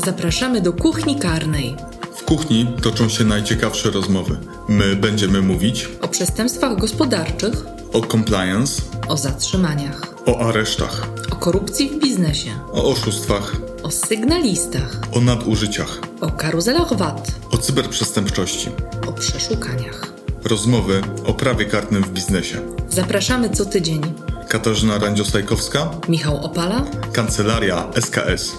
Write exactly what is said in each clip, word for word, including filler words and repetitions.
Zapraszamy do kuchni karnej. W kuchni toczą się najciekawsze rozmowy. My będziemy mówić o przestępstwach gospodarczych, o compliance, o zatrzymaniach, o aresztach, o korupcji w biznesie, o oszustwach, o sygnalistach, o nadużyciach, o karuzelach V A T, o cyberprzestępczości, o przeszukaniach. Rozmowy o prawie karnym w biznesie. Zapraszamy co tydzień. Katarzyna Randziosajkowska, Michał Opala, Kancelaria S K S.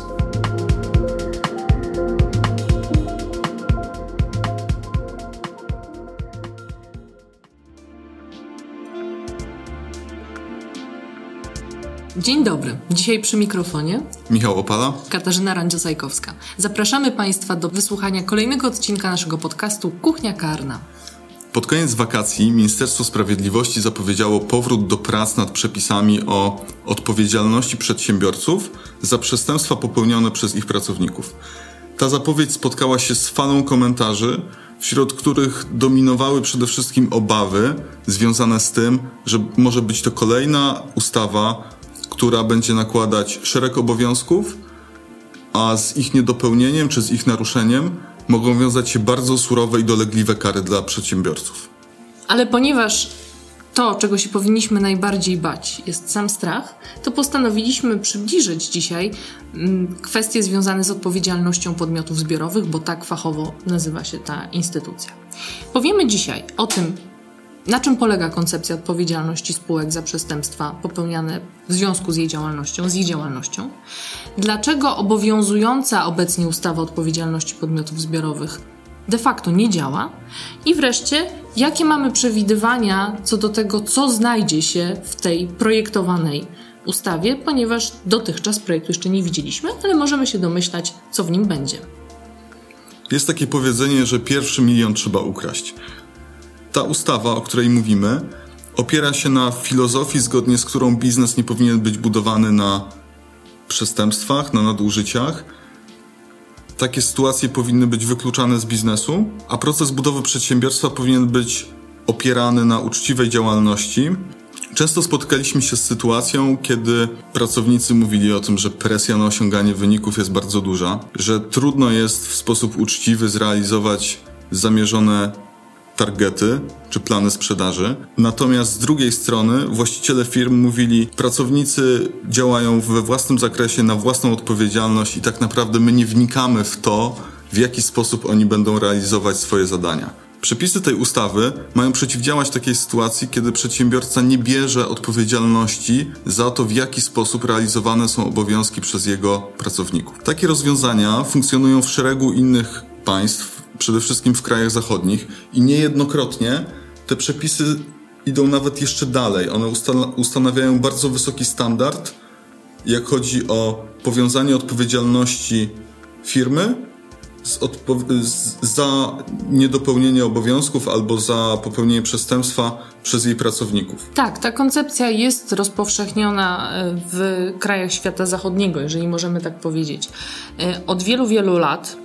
Dzień dobry. Dzisiaj przy mikrofonie Michał Opala, Katarzyna Randziosajkowska. Zapraszamy Państwa do wysłuchania kolejnego odcinka naszego podcastu Kuchnia Karna. Pod koniec wakacji Ministerstwo Sprawiedliwości zapowiedziało powrót do prac nad przepisami o odpowiedzialności przedsiębiorców za przestępstwa popełnione przez ich pracowników. Ta zapowiedź spotkała się z falą komentarzy, wśród których dominowały przede wszystkim obawy związane z tym, że może być to kolejna ustawa, która będzie nakładać szereg obowiązków, a z ich niedopełnieniem czy z ich naruszeniem mogą wiązać się bardzo surowe i dolegliwe kary dla przedsiębiorców. Ale ponieważ to, czego się powinniśmy najbardziej bać, jest sam strach, to postanowiliśmy przybliżyć dzisiaj mm, kwestie związane z odpowiedzialnością podmiotów zbiorowych, bo tak fachowo nazywa się ta instytucja. Powiemy dzisiaj o tym, na czym polega koncepcja odpowiedzialności spółek za przestępstwa popełniane w związku z jej działalnością, z ich działalnością? Dlaczego obowiązująca obecnie ustawa o odpowiedzialności podmiotów zbiorowych de facto nie działa? I wreszcie, jakie mamy przewidywania co do tego, co znajdzie się w tej projektowanej ustawie, ponieważ dotychczas projektu jeszcze nie widzieliśmy, ale możemy się domyślać, co w nim będzie. Jest takie powiedzenie, że pierwszy milion trzeba ukraść. Ta ustawa, o której mówimy, opiera się na filozofii, zgodnie z którą biznes nie powinien być budowany na przestępstwach, na nadużyciach. Takie sytuacje powinny być wykluczane z biznesu, a proces budowy przedsiębiorstwa powinien być opierany na uczciwej działalności. Często spotykaliśmy się z sytuacją, kiedy pracownicy mówili o tym, że presja na osiąganie wyników jest bardzo duża, że trudno jest w sposób uczciwy zrealizować zamierzone targety czy plany sprzedaży. Natomiast z drugiej strony właściciele firm mówili, pracownicy działają we własnym zakresie, na własną odpowiedzialność i tak naprawdę my nie wnikamy w to, w jaki sposób oni będą realizować swoje zadania. Przepisy tej ustawy mają przeciwdziałać takiej sytuacji, kiedy przedsiębiorca nie bierze odpowiedzialności za to, w jaki sposób realizowane są obowiązki przez jego pracowników. Takie rozwiązania funkcjonują w szeregu innych państw, przede wszystkim w krajach zachodnich i niejednokrotnie te przepisy idą nawet jeszcze dalej. One usta- ustanawiają bardzo wysoki standard, jak chodzi o powiązanie odpowiedzialności firmy z odpo- z- za niedopełnienie obowiązków albo za popełnienie przestępstwa przez jej pracowników. Tak, ta koncepcja jest rozpowszechniona w krajach świata zachodniego, jeżeli możemy tak powiedzieć. Od wielu, wielu lat.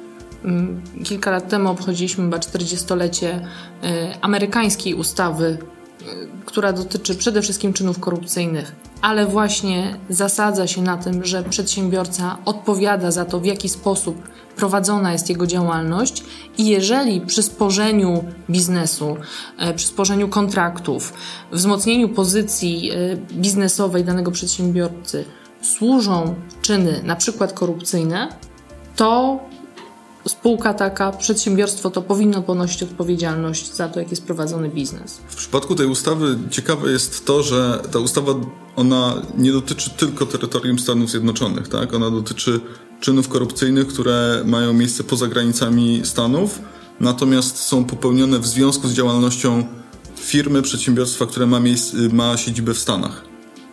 Kilka lat temu obchodziliśmy chyba czterdziestolecie amerykańskiej ustawy, która dotyczy przede wszystkim czynów korupcyjnych, ale właśnie zasadza się na tym, że przedsiębiorca odpowiada za to, w jaki sposób prowadzona jest jego działalność i jeżeli przy sporzeniu biznesu, przy sporzeniu kontraktów, wzmocnieniu pozycji biznesowej danego przedsiębiorcy służą czyny na przykład korupcyjne, to spółka taka, przedsiębiorstwo to powinno ponosić odpowiedzialność za to, jak jest prowadzony biznes. W przypadku tej ustawy ciekawe jest to, że ta ustawa, ona nie dotyczy tylko terytorium Stanów Zjednoczonych, tak? Ona dotyczy czynów korupcyjnych, które mają miejsce poza granicami Stanów, natomiast są popełnione w związku z działalnością firmy, przedsiębiorstwa, które ma, miejsce, ma siedzibę w Stanach.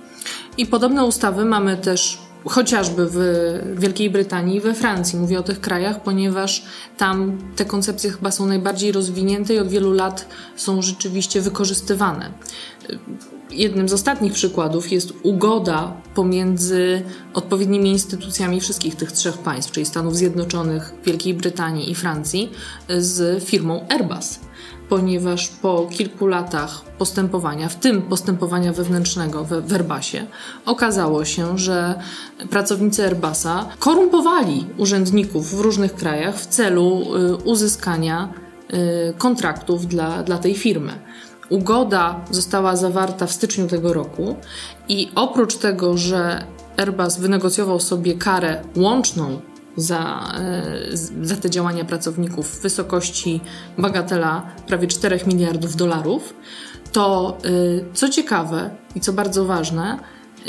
I podobne ustawy mamy też chociażby w Wielkiej Brytanii i we Francji. Mówię o tych krajach, ponieważ tam te koncepcje chyba są najbardziej rozwinięte i od wielu lat są rzeczywiście wykorzystywane. Jednym z ostatnich przykładów jest ugoda pomiędzy odpowiednimi instytucjami wszystkich tych trzech państw, czyli Stanów Zjednoczonych, Wielkiej Brytanii i Francji, z firmą Airbus. Ponieważ po kilku latach postępowania, w tym postępowania wewnętrznego w, w Airbusie, okazało się, że pracownicy Airbusa korumpowali urzędników w różnych krajach w celu y, uzyskania y, kontraktów dla, dla tej firmy. Ugoda została zawarta w styczniu tego roku i oprócz tego, że Airbus wynegocjował sobie karę łączną za, za te działania pracowników w wysokości bagatela prawie czterech miliardów dolarów, to co ciekawe i co bardzo ważne,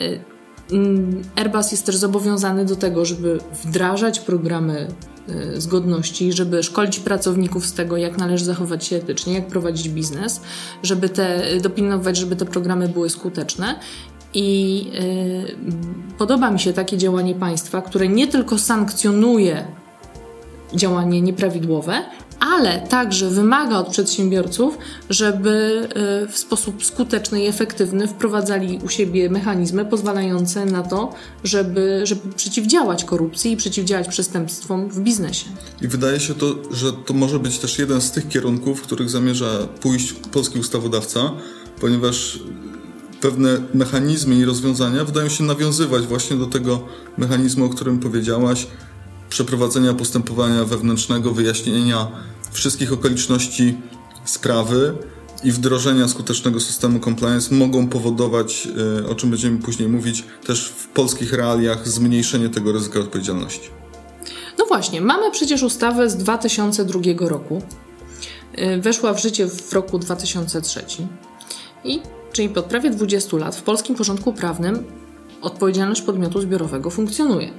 Airbus jest też zobowiązany do tego, żeby wdrażać programy zgodności, żeby szkolić pracowników z tego, jak należy zachować się etycznie, jak prowadzić biznes, żeby te, dopilnować, żeby te programy były skuteczne. I y, podoba mi się takie działanie państwa, które nie tylko sankcjonuje działanie nieprawidłowe, ale także wymaga od przedsiębiorców, żeby y, w sposób skuteczny i efektywny wprowadzali u siebie mechanizmy pozwalające na to, żeby, żeby przeciwdziałać korupcji i przeciwdziałać przestępstwom w biznesie. I wydaje się to, że to może być też jeden z tych kierunków, w których zamierza pójść polski ustawodawca, ponieważ pewne mechanizmy i rozwiązania wydają się nawiązywać właśnie do tego mechanizmu, o którym powiedziałaś, przeprowadzenia postępowania wewnętrznego, wyjaśnienia wszystkich okoliczności sprawy i wdrożenia skutecznego systemu compliance mogą powodować, o czym będziemy później mówić, też w polskich realiach zmniejszenie tego ryzyka odpowiedzialności. No właśnie, mamy przecież ustawę z dwa tysiące drugiego roku. Weszła w życie w roku dwa tysiące trzecim. I czyli od prawie dwudziestu lat w polskim porządku prawnym odpowiedzialność podmiotu zbiorowego funkcjonuje.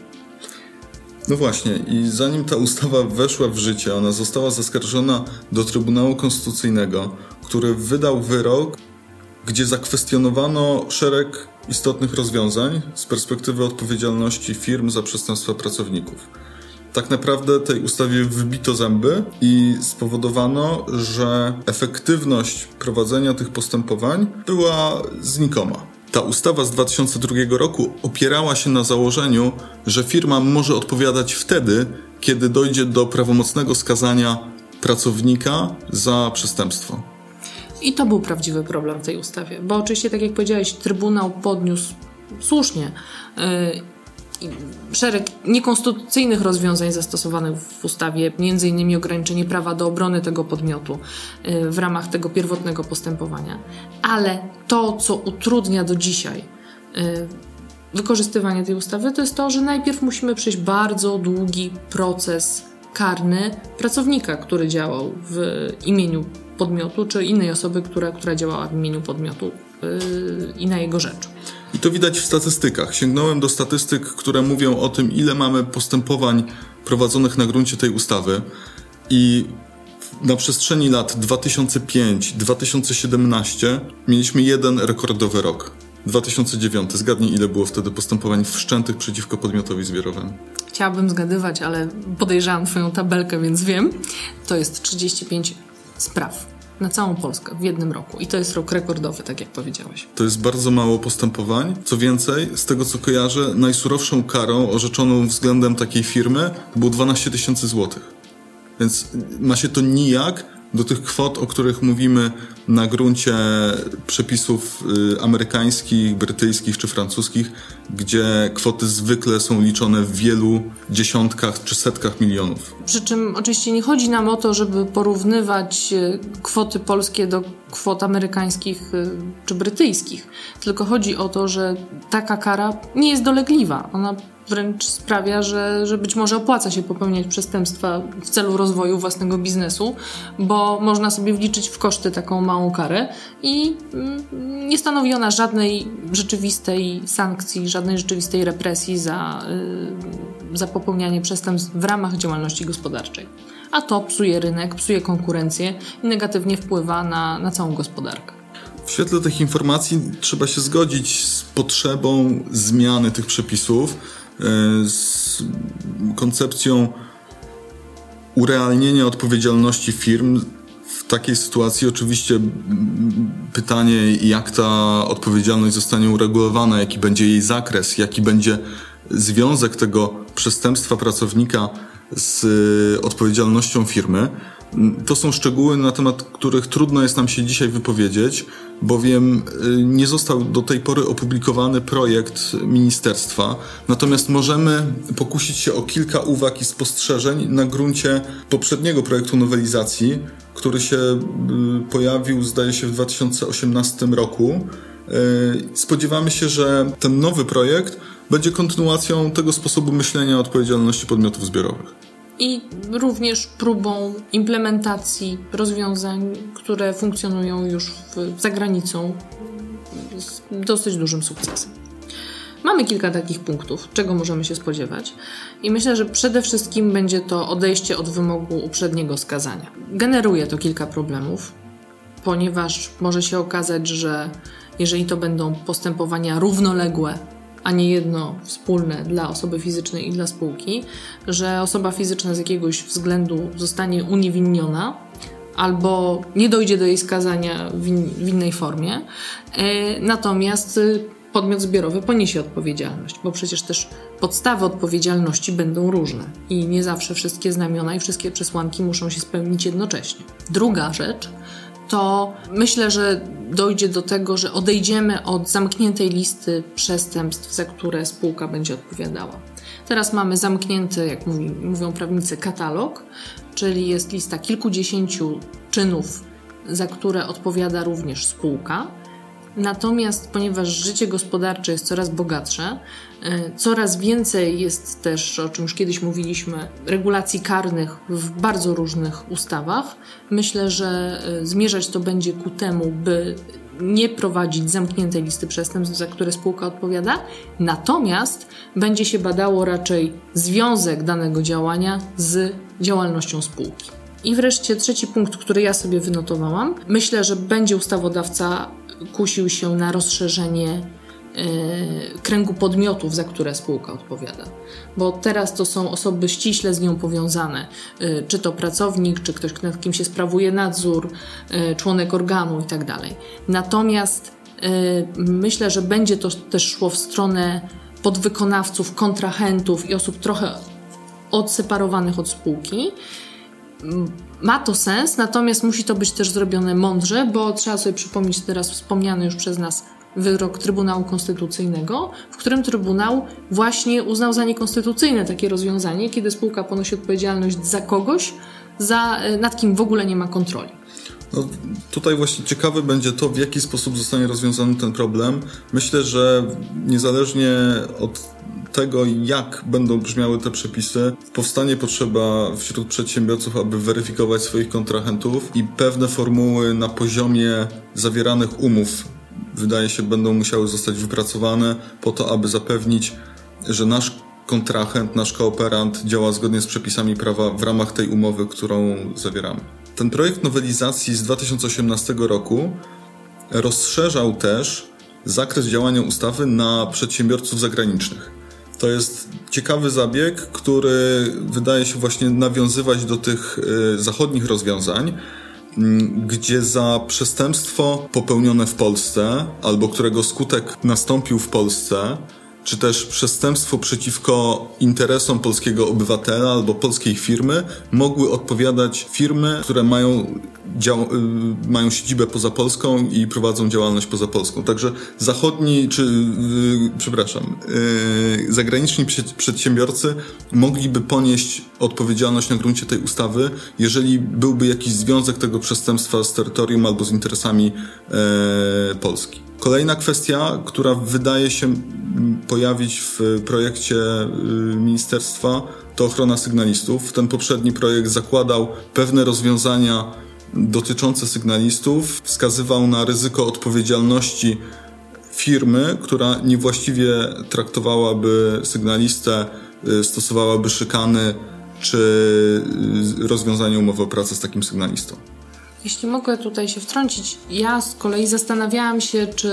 No właśnie, i zanim ta ustawa weszła w życie, ona została zaskarżona do Trybunału Konstytucyjnego, który wydał wyrok, gdzie zakwestionowano szereg istotnych rozwiązań z perspektywy odpowiedzialności firm za przestępstwa pracowników. Tak naprawdę tej ustawie wybito zęby i spowodowano, że efektywność prowadzenia tych postępowań była znikoma. Ta ustawa z dwa tysiące drugiego roku opierała się na założeniu, że firma może odpowiadać wtedy, kiedy dojdzie do prawomocnego skazania pracownika za przestępstwo. I to był prawdziwy problem w tej ustawie, bo oczywiście, tak jak powiedziałeś, Trybunał podniósł słusznie yy, szereg niekonstytucyjnych rozwiązań zastosowanych w ustawie, między innymi ograniczenie prawa do obrony tego podmiotu w ramach tego pierwotnego postępowania. Ale to, co utrudnia do dzisiaj wykorzystywanie tej ustawy, to jest to, że najpierw musimy przejść bardzo długi proces karny pracownika, który działał w imieniu podmiotu, czy innej osoby, która, która działała w imieniu podmiotu yy, i na jego rzecz. I to widać w statystykach. Sięgnąłem do statystyk, które mówią o tym, ile mamy postępowań prowadzonych na gruncie tej ustawy i na przestrzeni lat dwa tysiące piąty do dwa tysiące siedemnastego mieliśmy jeden rekordowy rok. dwa tysiące dziewiąty. Zgadnij, ile było wtedy postępowań wszczętych przeciwko podmiotowi zbiorowemu. Chciałabym zgadywać, ale podejrzałam twoją tabelkę, więc wiem. To jest trzydzieści pięć spraw na całą Polskę w jednym roku. I to jest rok rekordowy, tak jak powiedziałeś. To jest bardzo mało postępowań. Co więcej, z tego co kojarzę, najsurowszą karą orzeczoną względem takiej firmy było dwanaście tysięcy złotych. Więc ma się to nijak do tych kwot, o których mówimy na gruncie przepisów y, amerykańskich, brytyjskich czy francuskich, gdzie kwoty zwykle są liczone w wielu dziesiątkach czy setkach milionów. Przy czym oczywiście nie chodzi nam o to, żeby porównywać kwoty polskie do kwot amerykańskich czy brytyjskich, tylko chodzi o to, że taka kara nie jest dolegliwa. Ona wręcz sprawia, że, że być może opłaca się popełniać przestępstwa w celu rozwoju własnego biznesu, bo można sobie wliczyć w koszty taką małą karę i nie stanowi ona żadnej rzeczywistej sankcji, żadnej rzeczywistej represji za, za popełnianie przestępstw w ramach działalności gospodarczej. A to psuje rynek, psuje konkurencję i negatywnie wpływa na, na całą gospodarkę. W świetle tych informacji trzeba się zgodzić z potrzebą zmiany tych przepisów, z koncepcją urealnienia odpowiedzialności firm w takiej sytuacji oczywiście pytanie, jak ta odpowiedzialność zostanie uregulowana, jaki będzie jej zakres, jaki będzie związek tego przestępstwa pracownika z odpowiedzialnością firmy. To są szczegóły, na temat których trudno jest nam się dzisiaj wypowiedzieć, bowiem nie został do tej pory opublikowany projekt ministerstwa. Natomiast możemy pokusić się o kilka uwag i spostrzeżeń na gruncie poprzedniego projektu nowelizacji, który się pojawił, zdaje się, w dwa tysiące osiemnastym roku. Spodziewamy się, że ten nowy projekt będzie kontynuacją tego sposobu myślenia o odpowiedzialności podmiotów zbiorowych. I również próbą implementacji rozwiązań, które funkcjonują już w, za granicą z dosyć dużym sukcesem. Mamy kilka takich punktów, czego możemy się spodziewać i myślę, że przede wszystkim będzie to odejście od wymogu uprzedniego skazania. Generuje to kilka problemów, ponieważ może się okazać, że jeżeli to będą postępowania równoległe, a nie jedno wspólne dla osoby fizycznej i dla spółki, że osoba fizyczna z jakiegoś względu zostanie uniewinniona albo nie dojdzie do jej skazania w, in, w innej formie, e, natomiast podmiot zbiorowy poniesie odpowiedzialność, bo przecież też podstawy odpowiedzialności będą różne i nie zawsze wszystkie znamiona i wszystkie przesłanki muszą się spełnić jednocześnie. Druga rzecz to myślę, że dojdzie do tego, że odejdziemy od zamkniętej listy przestępstw, za które spółka będzie odpowiadała. Teraz mamy zamknięty, jak mówi, mówią prawnicy, katalog, czyli jest lista kilkudziesięciu czynów, za które odpowiada również spółka. Natomiast ponieważ życie gospodarcze jest coraz bogatsze, coraz więcej jest też, o czym już kiedyś mówiliśmy, regulacji karnych w bardzo różnych ustawach. Myślę, że zmierzać to będzie ku temu, by nie prowadzić zamkniętej listy przestępstw, za które spółka odpowiada, natomiast będzie się badało raczej związek danego działania z działalnością spółki. I wreszcie trzeci punkt, który ja sobie wynotowałam. Myślę, że będzie ustawodawca kusił się na rozszerzenie y, kręgu podmiotów, za które spółka odpowiada. Bo teraz to są osoby ściśle z nią powiązane. Y, czy to pracownik, czy ktoś, nad kim się sprawuje nadzór, y, członek organu i tak dalej. Natomiast y, myślę, że będzie to też szło w stronę podwykonawców, kontrahentów i osób trochę odseparowanych od spółki. Ma to sens, natomiast musi to być też zrobione mądrze, bo trzeba sobie przypomnieć teraz wspomniany już przez nas wyrok Trybunału Konstytucyjnego, w którym Trybunał właśnie uznał za niekonstytucyjne takie rozwiązanie, kiedy spółka ponosi odpowiedzialność za kogoś, za, nad kim w ogóle nie ma kontroli. No, tutaj właśnie ciekawe będzie to, w jaki sposób zostanie rozwiązany ten problem. Myślę, że niezależnie od tego, jak będą brzmiały te przepisy, powstanie potrzeba wśród przedsiębiorców, aby weryfikować swoich kontrahentów i pewne formuły na poziomie zawieranych umów, wydaje się, będą musiały zostać wypracowane po to, aby zapewnić, że nasz kontrahent, nasz kooperant działa zgodnie z przepisami prawa w ramach tej umowy, którą zawieramy. Ten projekt nowelizacji z dwa tysiące osiemnastego roku rozszerzał też zakres działania ustawy na przedsiębiorców zagranicznych. To jest ciekawy zabieg, który wydaje się właśnie nawiązywać do tych y, zachodnich rozwiązań, y, gdzie za przestępstwo popełnione w Polsce albo którego skutek nastąpił w Polsce, czy też przestępstwo przeciwko interesom polskiego obywatela albo polskiej firmy, mogły odpowiadać firmy, które mają, dział- y, mają siedzibę poza Polską i prowadzą działalność poza Polską. Także zachodni, czy, y, przepraszam, y, zagraniczni przed- przedsiębiorcy mogliby ponieść odpowiedzialność na gruncie tej ustawy, jeżeli byłby jakiś związek tego przestępstwa z terytorium albo z interesami y, Polski. Kolejna kwestia, która wydaje się pojawić w projekcie ministerstwa, to ochrona sygnalistów. Ten poprzedni projekt zakładał pewne rozwiązania dotyczące sygnalistów, wskazywał na ryzyko odpowiedzialności firmy, która niewłaściwie traktowałaby sygnalistę, stosowałaby szykany czy rozwiązanie umowy o pracę z takim sygnalistą. Jeśli mogę tutaj się wtrącić, ja z kolei zastanawiałam się, czy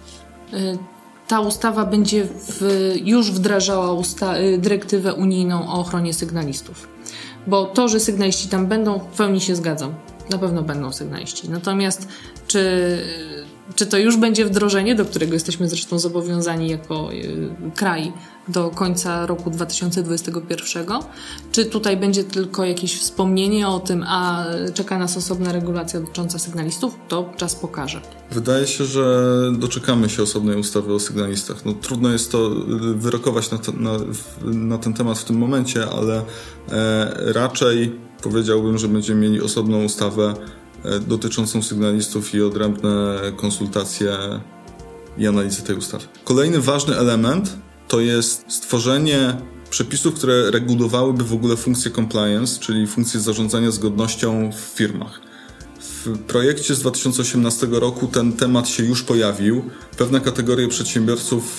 y, ta ustawa będzie w, już wdrażała usta- y, dyrektywę unijną o ochronie sygnalistów. Bo to, że sygnaliści tam będą, w pełni się zgadzam. na pewno będą sygnaliści. Natomiast czy, czy to już będzie wdrożenie, do którego jesteśmy zresztą zobowiązani jako kraj do końca roku dwa tysiące dwudziestego pierwszego? Czy tutaj będzie tylko jakieś wspomnienie o tym, a czeka nas osobna regulacja dotycząca sygnalistów? To czas pokaże. Wydaje się, że doczekamy się osobnej ustawy o sygnalistach. No, trudno jest to wyrokować na, te, na, na ten temat w tym momencie, ale e, raczej powiedziałbym, że będziemy mieli osobną ustawę e, dotyczącą sygnalistów i odrębne konsultacje i analizy tej ustawy. Kolejny ważny element to jest stworzenie przepisów, które regulowałyby w ogóle funkcję compliance, czyli funkcję zarządzania zgodnością w firmach. W projekcie z dwa tysiące osiemnastego roku ten temat się już pojawił. Pewne kategorie przedsiębiorców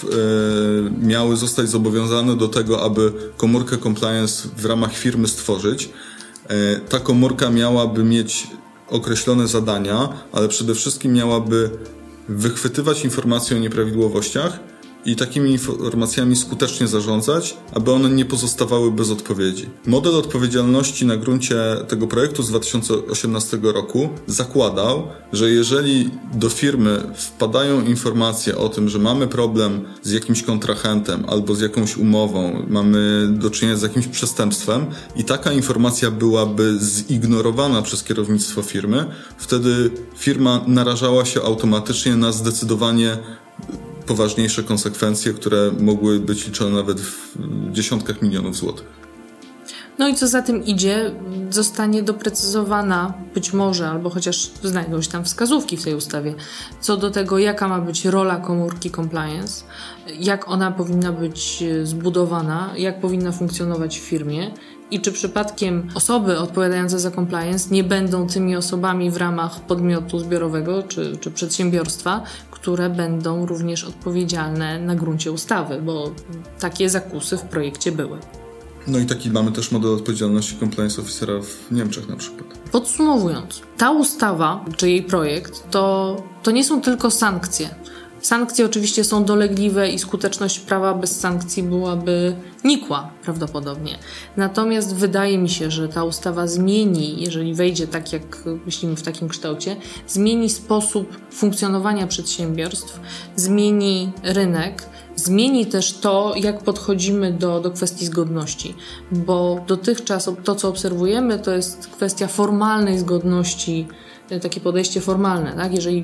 e, miały zostać zobowiązane do tego, aby komórkę compliance w ramach firmy stworzyć. E, ta komórka miałaby mieć określone zadania, ale przede wszystkim miałaby wychwytywać informacje o nieprawidłowościach i takimi informacjami skutecznie zarządzać, aby one nie pozostawały bez odpowiedzi. Model odpowiedzialności na gruncie tego projektu z dwa tysiące osiemnastego roku zakładał, że jeżeli do firmy wpadają informacje o tym, że mamy problem z jakimś kontrahentem albo z jakąś umową, mamy do czynienia z jakimś przestępstwem i taka informacja byłaby zignorowana przez kierownictwo firmy, wtedy firma narażała się automatycznie na zdecydowanie poważniejsze konsekwencje, które mogły być liczone nawet w dziesiątkach milionów złotych. No i co za tym idzie, zostanie doprecyzowana być może, albo chociaż znajdą się tam wskazówki w tej ustawie, co do tego, jaka ma być rola komórki compliance, jak ona powinna być zbudowana, jak powinna funkcjonować w firmie i czy przypadkiem osoby odpowiadające za compliance nie będą tymi osobami w ramach podmiotu zbiorowego czy, czy przedsiębiorstwa, które będą również odpowiedzialne na gruncie ustawy, bo takie zakusy w projekcie były. No i taki mamy też model odpowiedzialności compliance officera w Niemczech na przykład. Podsumowując, ta ustawa, czy jej projekt, to, to nie są tylko sankcje. Sankcje oczywiście są dolegliwe i skuteczność prawa bez sankcji byłaby nikła prawdopodobnie. Natomiast wydaje mi się, że ta ustawa zmieni, jeżeli wejdzie tak, jak myślimy w takim kształcie, zmieni sposób funkcjonowania przedsiębiorstw, zmieni rynek, zmieni też to, jak podchodzimy do, do kwestii zgodności, bo dotychczas to, co obserwujemy, to jest kwestia formalnej zgodności, takie podejście formalne, tak? Jeżeli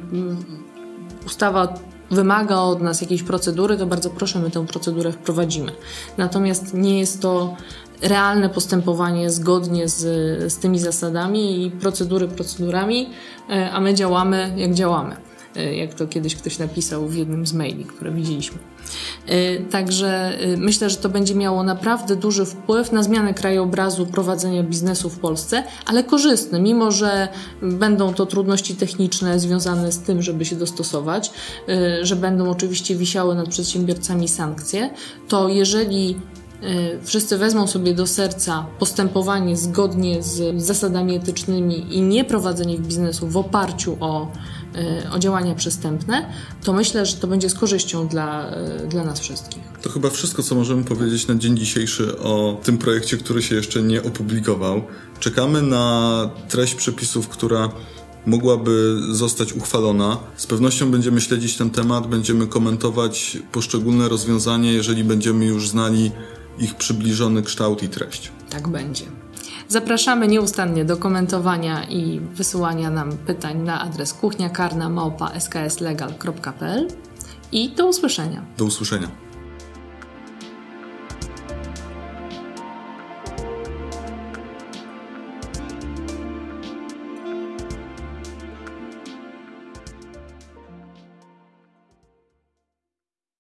ustawa wymaga od nas jakiejś procedury, to bardzo proszę, my tę procedurę wprowadzimy. Natomiast nie jest to realne postępowanie zgodnie z, z tymi zasadami i procedury procedurami, a my działamy, jak działamy. Jak to kiedyś ktoś napisał w jednym z maili, które widzieliśmy. Także myślę, że to będzie miało naprawdę duży wpływ na zmianę krajobrazu prowadzenia biznesu w Polsce, ale korzystny, mimo że będą to trudności techniczne związane z tym, żeby się dostosować, że będą oczywiście wisiały nad przedsiębiorcami sankcje, to jeżeli wszyscy wezmą sobie do serca postępowanie zgodnie z zasadami etycznymi i nie prowadzenie biznesu w oparciu o, o działania przestępne, to myślę, że to będzie z korzyścią dla, dla nas wszystkich. To chyba wszystko, co możemy powiedzieć na dzień dzisiejszy o tym projekcie, który się jeszcze nie opublikował. Czekamy na treść przepisów, która mogłaby zostać uchwalona. Z pewnością będziemy śledzić ten temat, będziemy komentować poszczególne rozwiązania, jeżeli będziemy już znali ich przybliżony kształt i treść. Tak będzie. Zapraszamy nieustannie do komentowania i wysyłania nam pytań na adres kuchnia karna małpa s k s legal kropka p l i do usłyszenia. Do usłyszenia.